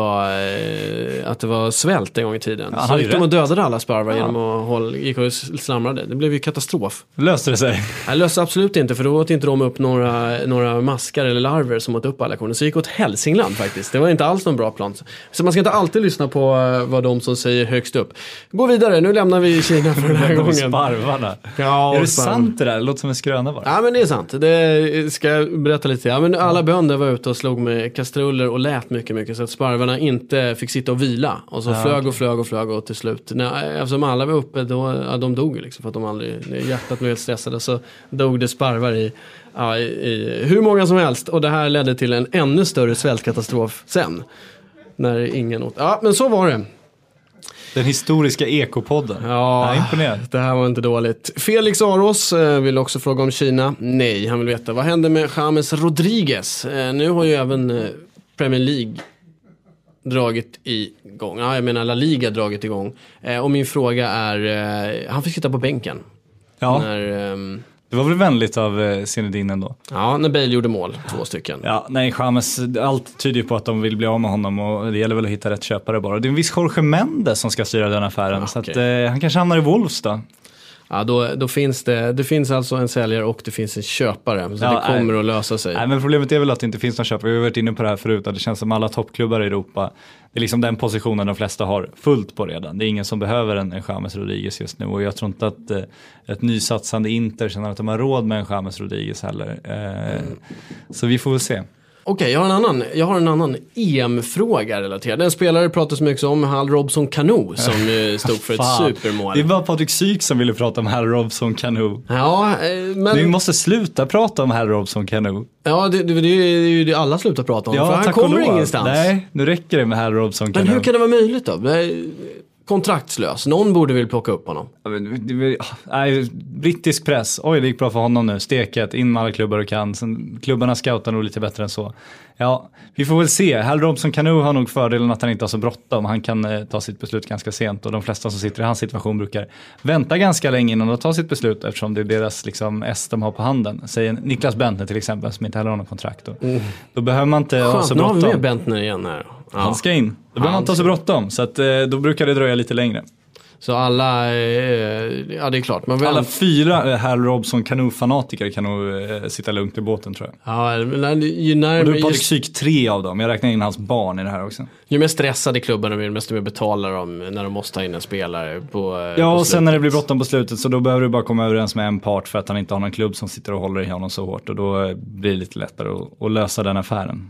var svält en gång i tiden. Så gick de och dödade alla sparvar genom att gick och slamrade. Det blev ju katastrof. Löste det sig? Det löste absolut inte, för då åt inte de upp några maskar eller larver som åt upp alla korn. Så gick åt Hälsingland faktiskt. Det var inte alls någon bra plan. Så man ska inte alltid lyssna på vad de som säger högst upp. Gå vidare, nu lämnar vi Kina för den här gången. Sparvarna. Ja, är det sant det där? Det låter som en skröna bara. Ja, men det är sant. Det ska jag berätta lite. Ja, men alla bönder var ute och slog med kastruller och lät mycket så att sparvarna inte fick sitta och vila. Och så flög och till slut. Eftersom alla var uppe, de dog liksom, för att de aldrig, hjärtat blev helt stressade, så dog det sparvar i hur många som helst. Och det här ledde till en ännu större svältkatastrof sen. När ingen åt. Ja, men så var det. Den historiska ekopodden. Ja, imponerad. Det här var inte dåligt. Felix Aros vill också fråga om Kina. Nej, han vill veta. Vad hände med James Rodriguez? Nu har ju även Premier League dragit igång. Ja, jag menar La Liga dragit igång. Och min fråga är, han fick sitta på bänken. Ja. Det var väl vänligt av Zinedine ändå. Ja, när Bale gjorde mål, 2 stycken. Ja, nej, James, allt tyder ju på att de vill bli av med honom, och det gäller väl att hitta rätt köpare bara. Det är en viss Jorge Mendes som ska styra den affären, så att han kanske hamnar i Wolves då. Ja, då finns det finns alltså en säljare och det finns en köpare, så det kommer att lösa sig. Nej, men problemet är väl att det inte finns någon köpare. Vi har varit inne på det här förut, att det känns som alla toppklubbar i Europa, det är liksom den positionen de flesta har fullt på redan. Det är ingen som behöver en James Rodriguez just nu, och jag tror inte att ett nysatsande Inter känner att de har råd med en James Rodriguez heller. Så vi får väl se. Okej, jag har en annan EM-fråga relaterad. Den spelare pratas mycket om, Hal Robson-Kanu, som stod för ett supermål. Det var Patrik Syk som ville prata om Hal Robson-Kanu. Ja, men... Vi måste sluta prata om Hal Robson-Kanu. Ja, det är ju alla slutar prata om, för han kommer ingenstans. Nej, nu räcker det med Hal Robson-Kanu. Men hur kan det vara möjligt då? Kontraktslös. Någon borde väl plocka upp honom. Nej, brittisk press. Oj, det gick bra för honom nu. Steket, in med alla klubbar och kan. Sen, klubbarna scoutar nog lite bättre än så. Ja, vi får väl se. Hal Robson-Kanu har nog fördelen att han inte har så bråttom. Han kan ta sitt beslut ganska sent, och de flesta som sitter i hans situation brukar vänta ganska länge innan de tar sitt beslut, eftersom det är deras liksom de har på handen. Säger Niklas Bentner till exempel, som inte heller har någon kontrakt. Då behöver man inte ha så bråttom. Nu har vi med Bentner igen här. Ja. Han ska in. Då behöver man inte ha så bråttom, så att, då brukar det dröja lite längre. Så alla, ja det är klart. Alla 4 Hal Robson-Kanu-fanatiker kan nog sitta lugnt i båten, tror jag. Ja, och du är Patrik Syk 3 av dem. Jag räknar in hans barn i det här också. Ju mer stressade klubbarna blir, desto mer betalar de när de måste ta in en spelare på ja, på och sen när det blir bråttom på slutet, så då behöver du bara komma överens med en part, för att han inte har någon klubb som sitter och håller i honom så hårt. Och då blir det lite lättare att lösa den affären.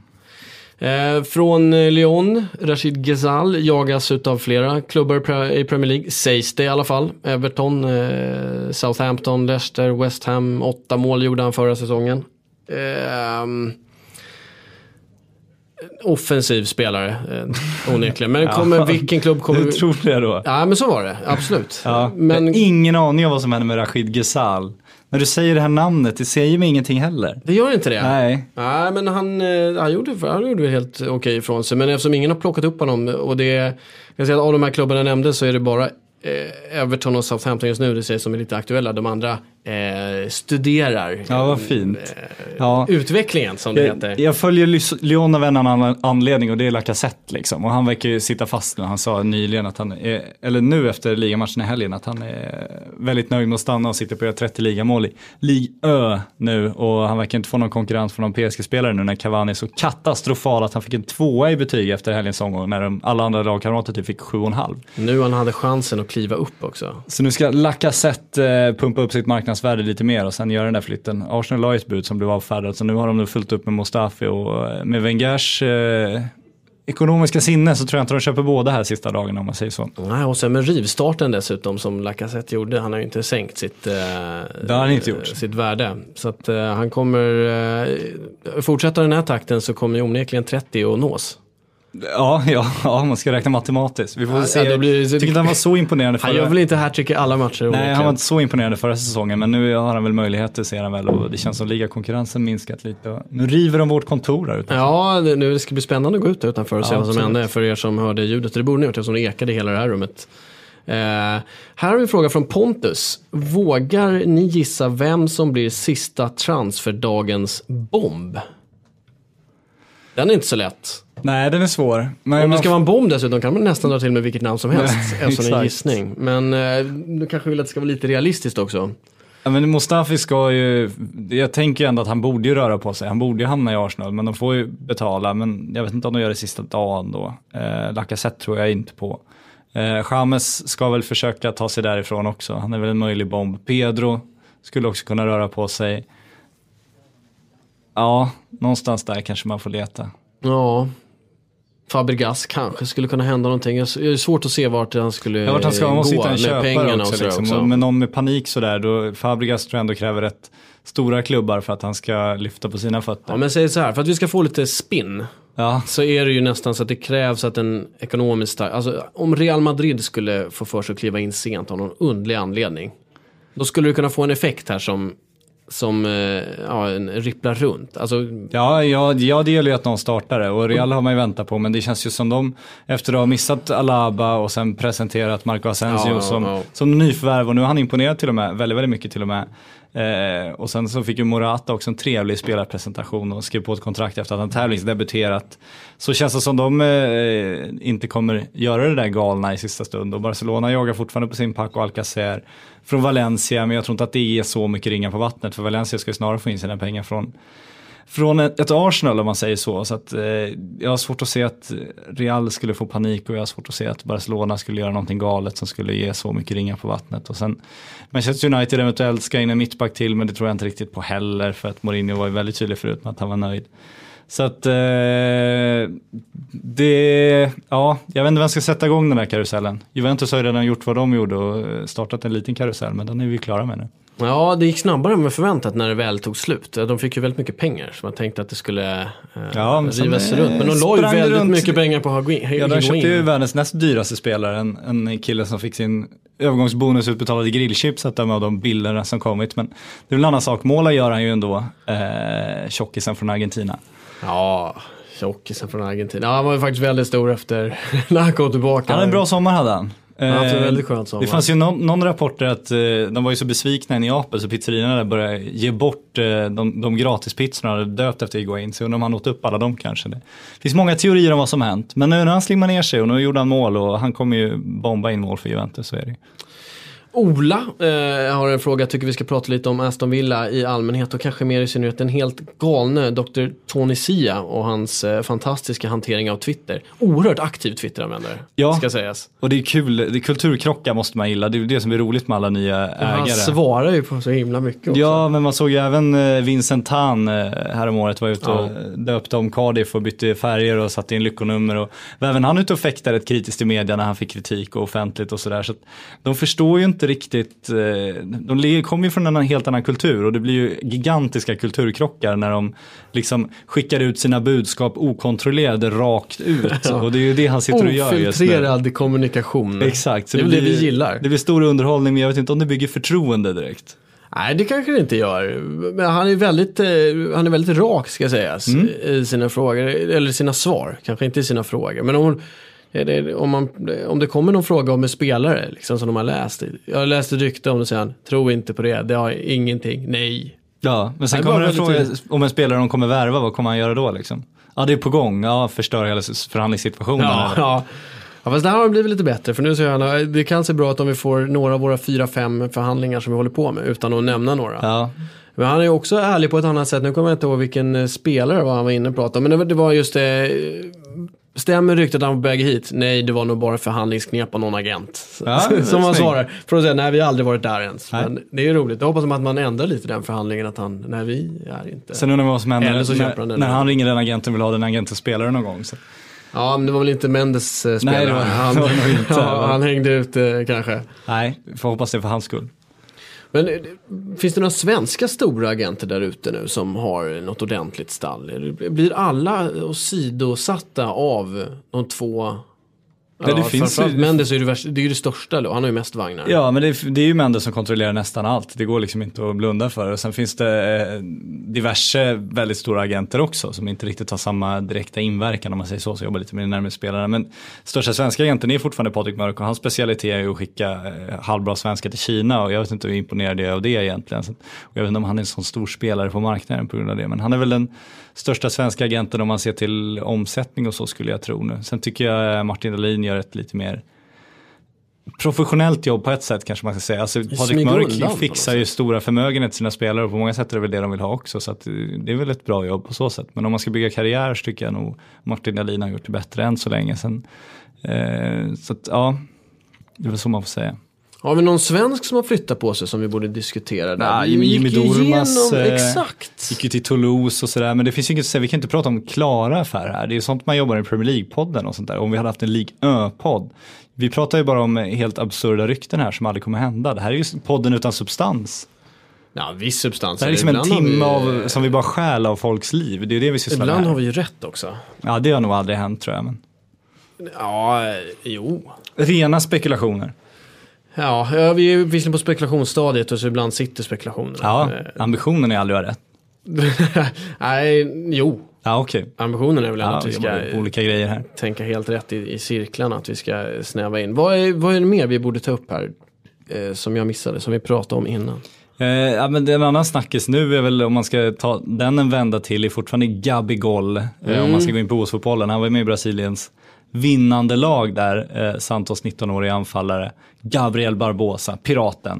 Från Lyon, Rachid Ghezal jagas utav flera klubbar i Premier League, sägs det i alla fall. Everton, Southampton, Leicester, West Ham, 8 mål gjorde han förra säsongen. Offensiv spelare, onekligen. Men vilken klubb kommer... Du tror det då? Ja, men så var det, absolut. Ja, men ingen aning om vad som händer med Rachid Ghezal. När du säger det här namnet, det säger mig ingenting heller. Det gör inte det? Nej. Nej, men han gjorde helt okej ifrån sig. Men eftersom ingen har plockat upp honom, och jag kan säga att av de här klubbarna nämnde, så är det bara Everton och Southampton just nu, det sägs som är lite aktuella. De andra studerar Ja, vad fint. utvecklingen som det heter. Jag följer Lyon av en annan anledning och det är Lacazette liksom. Och han verkar ju sitta fast nu. Han sa nyligen att han är, eller nu efter ligamatchen i helgen, att han är väldigt nöjd med att stanna och sitter på 30 ligamål i Ligue nu. Och han verkar inte få någon konkurrens från de PSG-spelare nu när Cavani är så katastrofal att han fick en 2 i betyg efter helgens omgång när alla andra lagkamrater fick 7,5. Nu han hade chansen att kliva upp också. Så nu ska Lacazette pumpa upp sitt marknadsvärde lite mer och sen göra den där flytten. Arsenal la ett bud som blev avfärdat, så nu har de nu fullt upp med Mustafi och med Wengers ekonomiska sinne så tror jag inte de köper båda här sista dagen om man säger så. Nej, och sen med rivstarten dessutom som Lacazette gjorde, han har ju inte sänkt sitt värde. Så att han kommer fortsätta den här takten så kommer ju onekligen 30 att nås. Ja, man ska räkna matematiskt. Vi får se. Jag tycker inte han var så imponerande. Han gör väl inte hattrick i alla matcher. Nej, han var inte så imponerande förra säsongen, men nu har han väl möjligheter, ser han väl, och det känns som ligakonkurrensen minskat lite. Nu river de vårt kontor där utanför. Ja, nu ska det bli spännande att gå ut utanför och se vad som händer för er som hörde ljudet. Det borde ni gjort eftersom det ekade i hela det här rummet. Här har vi en fråga från Pontus. Vågar ni gissa vem som blir sista transferdagens bomb? Den är inte så lätt. Nej, den är svår. Men om det ska vara en bomb dessutom kan man nästan dra till med vilket namn som helst. Eftersom en gissning. Men du kanske vill att det ska vara lite realistiskt också. Ja, men Mustafi ska ju... Jag tänker ändå att han borde ju röra på sig. Han borde ju hamna i Arsenal, men de får ju betala. Men jag vet inte om de gör det sista dagen då. Lacazette tror jag inte på. James ska väl försöka ta sig därifrån också. Han är väl en möjlig bomb. Pedro skulle också kunna röra på sig. Ja, någonstans där kanske man får leta. Ja, Fabregas kanske skulle kunna hända någonting. Det är svårt att se vart han skulle vart han ska, man måste gå hitta en med pengarna också, liksom. också. Men någon med panik sådär, då Fabregas tror jag ändå kräver rätt stora klubbar för att han ska lyfta på sina fötter. Ja, men säg så här, för att vi ska få lite spin så är det ju nästan så att det krävs att en ekonomisk stark, alltså om Real Madrid skulle få för sig att kliva in sent av någon underlig anledning, då skulle det kunna få en effekt här som ripplar runt. Alltså... Ja, det gäller ju att någon startar det och Real har man ju väntat på, men det känns ju som de efter att ha missat Alaba och sen presenterat Marco Asensio som nyförvärv, och nu har han imponerat till och med, väldigt, väldigt mycket till och med. Och sen så fick ju Morata också en trevlig spelarpresentation och skrev på ett kontrakt efter att han tävlingsdebuterat. Så känns det som de inte kommer göra det där galna i sista stund, och Barcelona jagar fortfarande på sin Paco Alcacer från Valencia, men jag tror inte att det ger så mycket ringar på vattnet, för Valencia ska ju snarare få in sina pengar från ett Arsenal om man säger så att jag har svårt att se att Real skulle få panik, och jag har svårt att se att Barcelona skulle göra någonting galet som skulle ge så mycket ringar på vattnet. Och sen Manchester United eventuellt ska in en mittback till, men det tror jag inte riktigt på heller, för att Mourinho var ju väldigt tydlig förut med att han var nöjd. Så att jag vet inte vem jag ska sätta igång den här karusellen. Juventus har ju redan gjort vad de gjorde och startat en liten karusell, men den är vi klara med nu. Ja, det gick snabbare än förväntat när det väl tog slut. De fick ju väldigt mycket pengar, så man tänkte att det skulle rivas runt. Men de la ju väldigt mycket pengar på Higuain. Ja, de köpte ju världens näst dyraste spelare. En kille som fick sin övergångsbonus utbetalad i grillchips, att av de bilderna som kommit. Men det är väl en annan sak. Måla gör han ju ändå, tjockisen från Argentina. Ja, tjockisen från Argentina. Ja, han var ju faktiskt väldigt stor efter när han kom tillbaka. Han hade en bra sommar, hade han. Väldigt skönt sommar. Det fanns ju någon rapport att de var ju så besvikna i Neapel, så pizzerierna där började ge bort de gratis pizzorna hade döpt efter Higuain, så undrar om han åt upp alla dem kanske. Det finns många teorier om vad som hänt, men nu när han slimmar ner sig och nu gjorde han mål, och han kommer ju bomba in mål för Juventus, så är det. Ola har en fråga. Tycker vi ska prata lite om Aston Villa i allmänhet och kanske mer i synnerhet den helt galne Dr. Tony Sia och hans fantastiska hantering av Twitter. Oerhört aktiv Twitter-användare, ska sägas. Och det är kul, det är kulturkrockar måste man gilla. Det är det som är roligt med alla nya ägare. Han svarar ju på så himla mycket också. Ja, men man såg ju även Vincent Tan här om året var ute och döpte om Cardiff och bytte färger och satte in lyckonummer, och även han ute och fäktade ett kritiskt i media när han fick kritik och offentligt och sådär. Så att de förstår ju inte riktigt, de kommer ju från en helt annan kultur, och det blir ju gigantiska kulturkrockar när de liksom skickar ut sina budskap okontrollerade rakt ut. Och det är ju det han sitter och gör just nu. Ofiltrerad kommunikation. Exakt. Så det är det vi gillar. Det blir stor underhållning, men jag vet inte om det bygger förtroende direkt. Nej, det kanske det inte gör. Men han är väldigt rak, ska sägas, i sina frågor, eller sina svar. Kanske inte i sina frågor. Men Om det kommer någon fråga om en spelare liksom, som de har läst. Jag har läst ett rykte om det sen. Tro inte på det har ingenting. Nej. Ja, men sen kommer det en fråga om en spelare de kommer värva, vad kommer han göra då liksom? Ja, det är på gång. Ja, förstör hela förhandlingssituationen. Ja, fast det här har blivit lite bättre. För nu ser jag, det kan se bra att om vi får några av våra 4-5 förhandlingar som vi håller på med utan att nämna några. Ja. Men han är ju också ärlig på ett annat sätt. Nu kommer jag inte ihåg vilken spelare var han var inne och pratade. Men det var just det. Stämmer ryktet att han var på väg hit? Nej, det var nog bara förhandlingsknep av någon agent. Ja, som man svarar. För att säga, nej, vi har aldrig varit där ens. Nej. Men det är ju roligt. Jag hoppas att man ändrar lite den förhandlingen. Att nej, vi är inte. Sen undrar man vad som händer när han ringer den agenten och vill ha den agenten spelare någon gång. Så. Ja, men det var väl inte Mendes spelare. Nej, det var nog inte. Han hängde ut kanske. Nej, vi får hoppas det för hans skull. Men finns det några svenska stora agenter där ute nu som har något ordentligt stall? Blir alla åsidosatta av de två? Ja, det finns ju. Mendes är det är ju det största då. Han har ju mest vagnar. Ja, men det är ju Mendes som kontrollerar nästan allt. Det går liksom inte att blunda för. Och sen finns det diverse väldigt stora agenter också som inte riktigt har samma direkta inverkan om man säger så jobbar lite med närmare spelarna. Men största svenska agenten är fortfarande Patrik Mörk och hans specialitet är att skicka halvbra svenskar till Kina och jag vet inte hur imponerad jag är av det egentligen. Och jag vet inte om han är en sån stor spelare på marknaden på grund av det. Men han är väl den största svenska agenten om man ser till omsättning och så skulle jag tro nu. Sen tycker jag Martin Dahlin gör ett lite mer professionellt jobb på ett sätt kanske man ska säga. Alltså Patrik Mörk fixar ju stora förmögenhet till sina spelare och på många sätt är det väl det de vill ha också. Så att det är väl ett bra jobb på så sätt. Men om man ska bygga karriär så tycker jag nog Martin Dahlin har gjort det bättre än så länge. Sen, så att ja, det är väl så man får säga. Har vi någon svensk som har flyttat på sig som vi borde diskutera där? Ja, Jimmy Durmaz exakt. gick ju till Toulouse och sådär. Men det finns ju inget att säga, vi kan inte prata om klara affärer här. Det är ju sånt man jobbar i Premier League-podden och sånt där. Om vi hade haft en Ligue 1-podd. Vi pratar ju bara om helt absurda rykten här som aldrig kommer hända. Det här är ju podden utan substans. Ja, viss substans. Det är liksom en timme som vi bara stjäl av folks liv. Det är det vi sysslar med. Ibland har vi ju rätt också. Ja, det har nog aldrig hänt tror jag. Men... Ja, jo. Rena spekulationer. Ja, vi är visserligen på spekulationsstadiet och så ibland sitter spekulationerna. Ja, ambitionen är aldrig att ha rätt. Nej, jo. Ja, okej. Ambitionen är väl att vi ska olika grejer här. Tänka helt rätt i cirklarna, att vi ska snäva in. Vad är det mer vi borde ta upp här som jag missade, som vi pratade om innan? Ja, men en annan snackis nu är väl, om man ska ta den en vända till, är fortfarande Gabigol. Om man ska gå in på OS-fotbollen. Han var med i Brasiliens vinnande lag där, Santos 19-åriga anfallare, Gabriel Barbosa, piraten.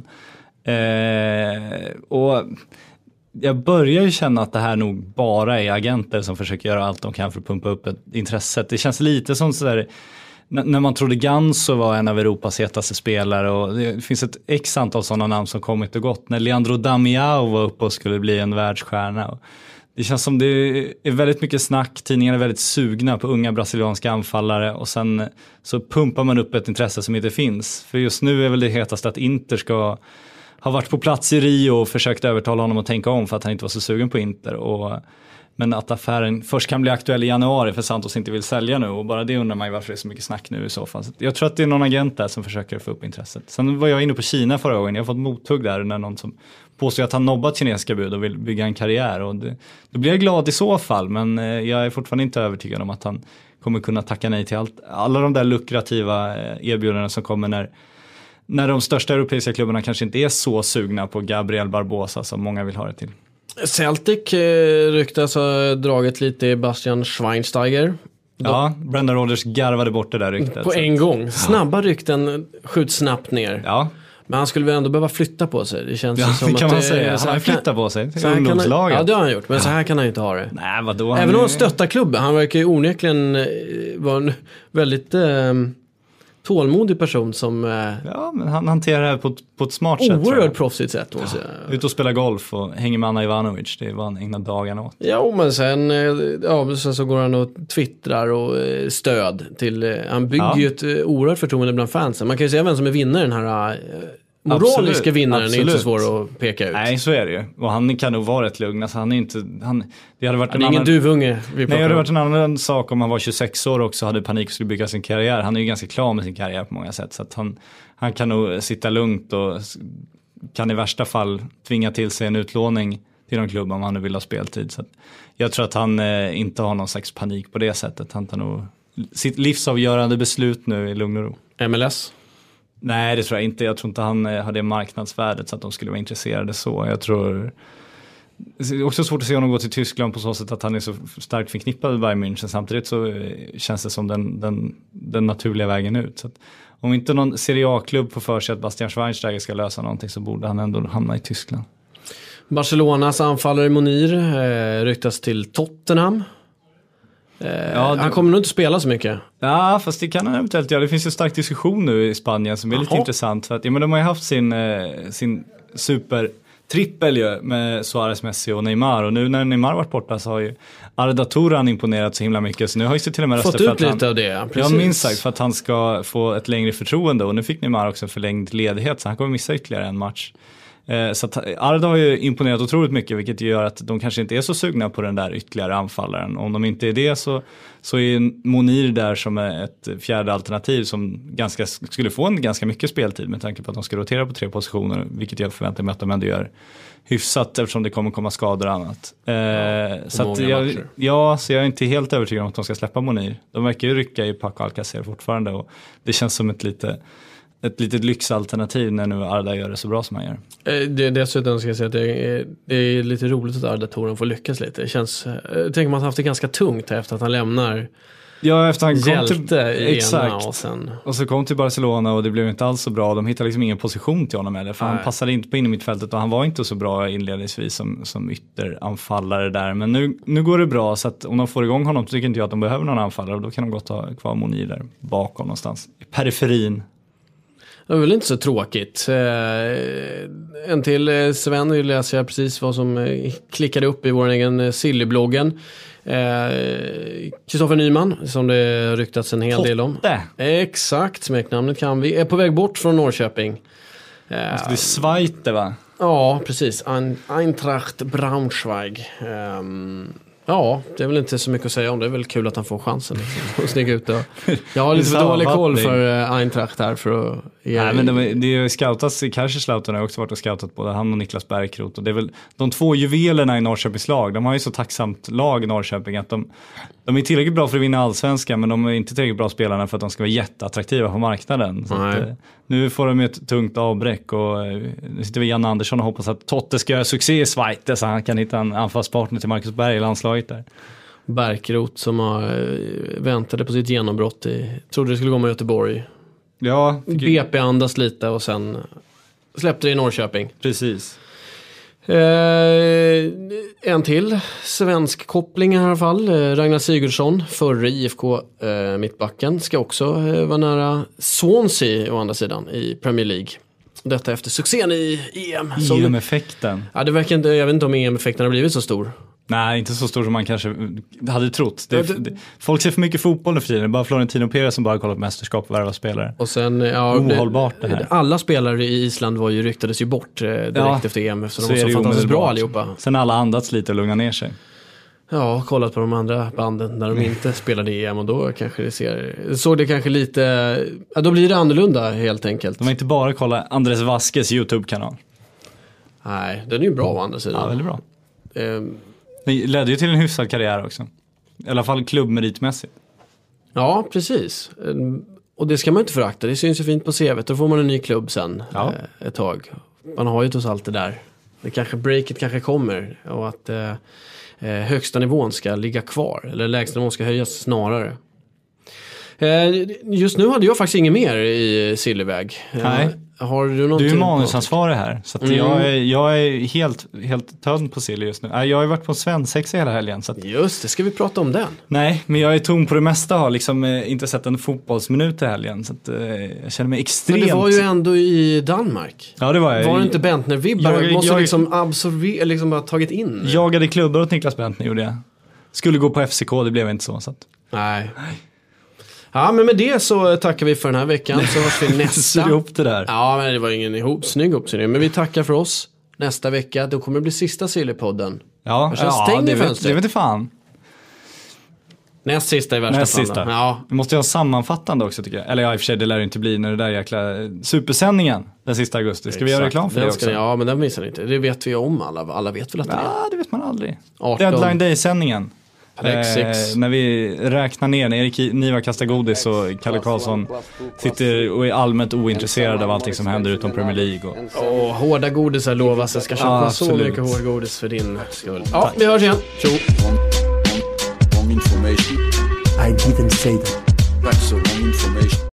Och jag börjar ju känna att det här nog bara är agenter som försöker göra allt de kan för att pumpa upp intresset. Det känns lite som sådär, när man trodde Ganso var en av Europas hetaste spelare, och det finns ett x antal sådana namn som kommit och gått. När Leandro Damião var uppe och skulle bli en världsstjärna. Det känns som det är väldigt mycket snack. Tidningarna är väldigt sugna på unga brasilianska anfallare och sen så pumpar man upp ett intresse som inte finns. För just nu är väl det hetaste att Inter ska ha varit på plats i Rio och försökt övertala honom att tänka om för att han inte var så sugen på Inter. Men att affären först kan bli aktuell i januari för Santos inte vill sälja nu, och bara det undrar man ju varför det är så mycket snack nu i så fall. Så jag tror att det är någon agent där som försöker få upp intresset. Sen var jag inne på Kina förra gången. Jag har fått mothugg där när någon som påstår att han nobbat kinesiska bud och vill bygga en karriär. Och då blir jag glad i så fall, men jag är fortfarande inte övertygad om att han kommer kunna tacka nej till alla de där lukrativa erbjudanden som kommer när de största europeiska klubbarna kanske inte är så sugna på Gabriel Barbosa som många vill ha det till. Celtic ryktas ha dragit lite i Bastian Schweinsteiger. Ja, Brendan Rodgers garvade bort det där ryktet. På en gång. Snabba rykten skjuts snabbt ner. Ja. Men han skulle väl ändå behöva flytta på sig. Det känns som kan att man säga. Han flyttar på sig till ungdomslaget. Ja, det har han gjort. Men så här kan han inte ha det. Nej, vadå? Även om han stöttar klubben. Han verkar ju onekligen vara en väldigt tålmodig person som... Ja, men han hanterar det här på ett smart sätt. Oerhört proffsigt sätt. Ut och spela golf och hänger med Anna Ivanovic. Det var han ägnat dagarna åt. Ja, men sen så går han och twittrar och stöd till... Han bygger ju ett oerhört förtroende bland fansen. Man kan ju säga vem som är vinnare, den här... moraliska vinnaren. Absolut. Är inte så svår att peka ut. Nej, så är det ju. Och han kan nog vara rätt lugn. Alltså, han är inte... Det hade varit ingen duvunge. Nej, det hade varit en annan sak om han var 26 år också, hade panik och skulle bygga sin karriär. Han är ju ganska klar med sin karriär på många sätt. Så att han kan nog sitta lugnt och kan i värsta fall tvinga till sig en utlåning till någon klubb om han nu vill ha speltid. Så att jag tror att han inte har någon slags panik på det sättet. Han tar nog sitt livsavgörande beslut nu i lugn och ro. MLS? Nej, det tror jag inte. Jag tror inte han hade marknadsvärdet så att de skulle vara intresserade så. Jag tror... Det är också svårt att se honom gå till Tyskland på så sätt att han är så starkt förknippad med Bayern München. Samtidigt så känns det som den naturliga vägen ut. Så att om inte någon Serie A-klubb får för sig att Bastian Schweinsteiger ska lösa någonting så borde han ändå hamna i Tyskland. Barcelonas anfallare Monir ryktas till Tottenham. Han kommer nog inte spela så mycket. Ja, fast det kan han eventuellt göra. Det finns ju stark diskussion nu i Spanien som är lite intressant. För att, men de har ju haft sin super-trippel ju med Suarez, Messi och Neymar. Och nu när Neymar varit borta så har ju Arda Turan imponerat så himla mycket. Så nu har ju till och med fått ut lite av det. Ja, minst sagt, för att han ska få ett längre förtroende. Och nu fick Neymar också en förlängd ledighet så han kommer missa ytterligare en match. Så att Arda har ju imponerat otroligt mycket, vilket gör att de kanske inte är så sugna på den där ytterligare anfallaren. Om de inte är det så är Monir där som är ett fjärde alternativ som skulle få en ganska mycket speltid med tanke på att de ska rotera på 3 positioner, vilket jag förväntar mig att de ändå gör hyfsat eftersom det kommer komma skador och annat. Så att så jag är inte helt övertygad om att de ska släppa Monir. De verkar ju rycka i Paco Alcacer fortfarande och det känns som ett litet lyxalternativ när nu Arda gör det så bra som han gör. Dessutom ska jag säga att det är lite roligt att Arda Turan får lyckas lite. Det känns, jag tänker man har haft det ganska tungt efter att han lämnar. Ja, efter han kom till exakt. Och så kom till Barcelona och det blev inte alls så bra. De hittade liksom ingen position till honom eller för han passade inte på in i mittfältet och han var inte så bra inledningsvis som ytteranfallare där. Men nu går det bra så att om de får igång honom så tycker inte jag att de behöver någon anfallare och då kan de gott ha kvar Monir där bakom någonstans. I periferin. Det är väl inte så tråkigt. En till Sven läser jag precis vad som klickade upp i vår egen Silly-bloggen. Kristoffer Nyman, som det ryktats en hel del om. Exakt, smeknamnet kan vi. Är på väg bort från Norrköping. Det är Schweite, va? Ja, precis. Eintracht Braunschweig. Ja, det är väl inte så mycket att säga om. Det är väl kul att han får chansen liksom, att snygga ut. Jag har lite för dålig koll för Eintracht här för att... Nej, men det är scoutats, Kaiserslautern har också varit och scoutat både han och Niklas Bergkrot. Och det är väl de 2 juvelerna i Norrköpings lag. De har ju så tacksamt lag i Norrköping att de är tillräckligt bra för att vinna allsvenskan men de är inte tillräckligt bra spelarna för att de ska vara jätteattraktiva på marknaden. Så att, nu får de ett tungt avbräck och nu sitter vi Jan Andersson och hoppas att Totte ska göra succé i Schweiz så han kan hitta en anfallspartner till Marcus Berg i landslaget där. Bergkrot som väntade på sitt genombrott trodde det skulle gå med Göteborg. Ja, BP andas lite och sen släppte det i Norrköping. Precis. En till svensk koppling i alla fall. Ragnar Sigurdsson, förre IFK mittbacken, ska också vara nära Swansea å andra sidan i Premier League. Detta efter succén i EM. EM-effekten. Ja, det verkar inte, jag vet inte om EM-effekten har blivit så stor. Nej, inte så stor som man kanske hade trott. Folk ser för mycket fotboll nu för tiden. Bara Florentino Perez som bara kollar på mästerskap och värva spelare. Och sen, ohållbart det här. Alla spelare i Island ryktades ju bort direkt efter EM. Eftersom de var så fantastiskt bra allihopa. Sen alla andats lite och lugna ner sig. Ja, kollat på de andra banden när de inte spelade EM och då kanske det kanske lite, då blir det annorlunda helt enkelt. De har inte bara kollat Andres Vasquez YouTube-kanal. Nej, den är ju bra å andra sidan. Ja, väldigt bra. Det ledde ju till en hyfsad karriär också. I alla fall klubbmeritmässigt. Ja, precis. Och det ska man inte förakta. Det syns ju fint på CV:t. Då får man en ny klubb sen ett tag. Man har ju trots allt det där. Breaket kanske kommer. Och att högsta nivån ska ligga kvar. Eller lägsta nivån ska höjas snarare. Just nu hade jag faktiskt inget mer i Sillyväg. Nej. Har du någonting? Du är manusansvarig här. Så att jag är helt tönd på Silly just nu. Jag har ju varit på svensexa hela helgen. Så att... Just det, ska vi prata om den? Nej, men jag är tom på det mesta. Har liksom inte sett en fotbollsminut i helgen. Så att, jag känner mig extremt... Men det var ju ändå i Danmark. Ja, det var jag. Var det inte Bentner-vibbar? Måste liksom absorbera, liksom bara tagit in. Jagade klubbar åt Niklas Bentner gjorde jag. Skulle gå på FCK, det blev inte så. Så att... Nej. Ja, men med det så tackar vi för den här veckan. Så hörs vi nästa. Ihop det där. Ja, men det var ingen snygg ihopsynning. Men vi tackar för oss. Nästa vecka, då kommer det bli sista Sillypodden. Ja, det vet inte fan. Näst sista i värsta fall. Ja. Vi måste ju ha sammanfattande också tycker jag. Eller i och för sig, det lär inte bli när det där jäkla supersändningen den sista augusti. Ska vi göra reklam för det också? Ja, men den missar inte. Det vet vi om alla vet väl att det är. Ja, det vet man aldrig. Deadline Day-sändningen. När vi räknar ner, när Erik Niva kastar godis och Kalle Karlsson sitter och är allmänt ointresserad av allting som händer utom Premier League. Hårda godisar lovas. Jag ska köpa så mycket hård godis för din skull. Ja, vi hörs igen. Tjo! Wrong information. I didn't say that. That's the wrong information.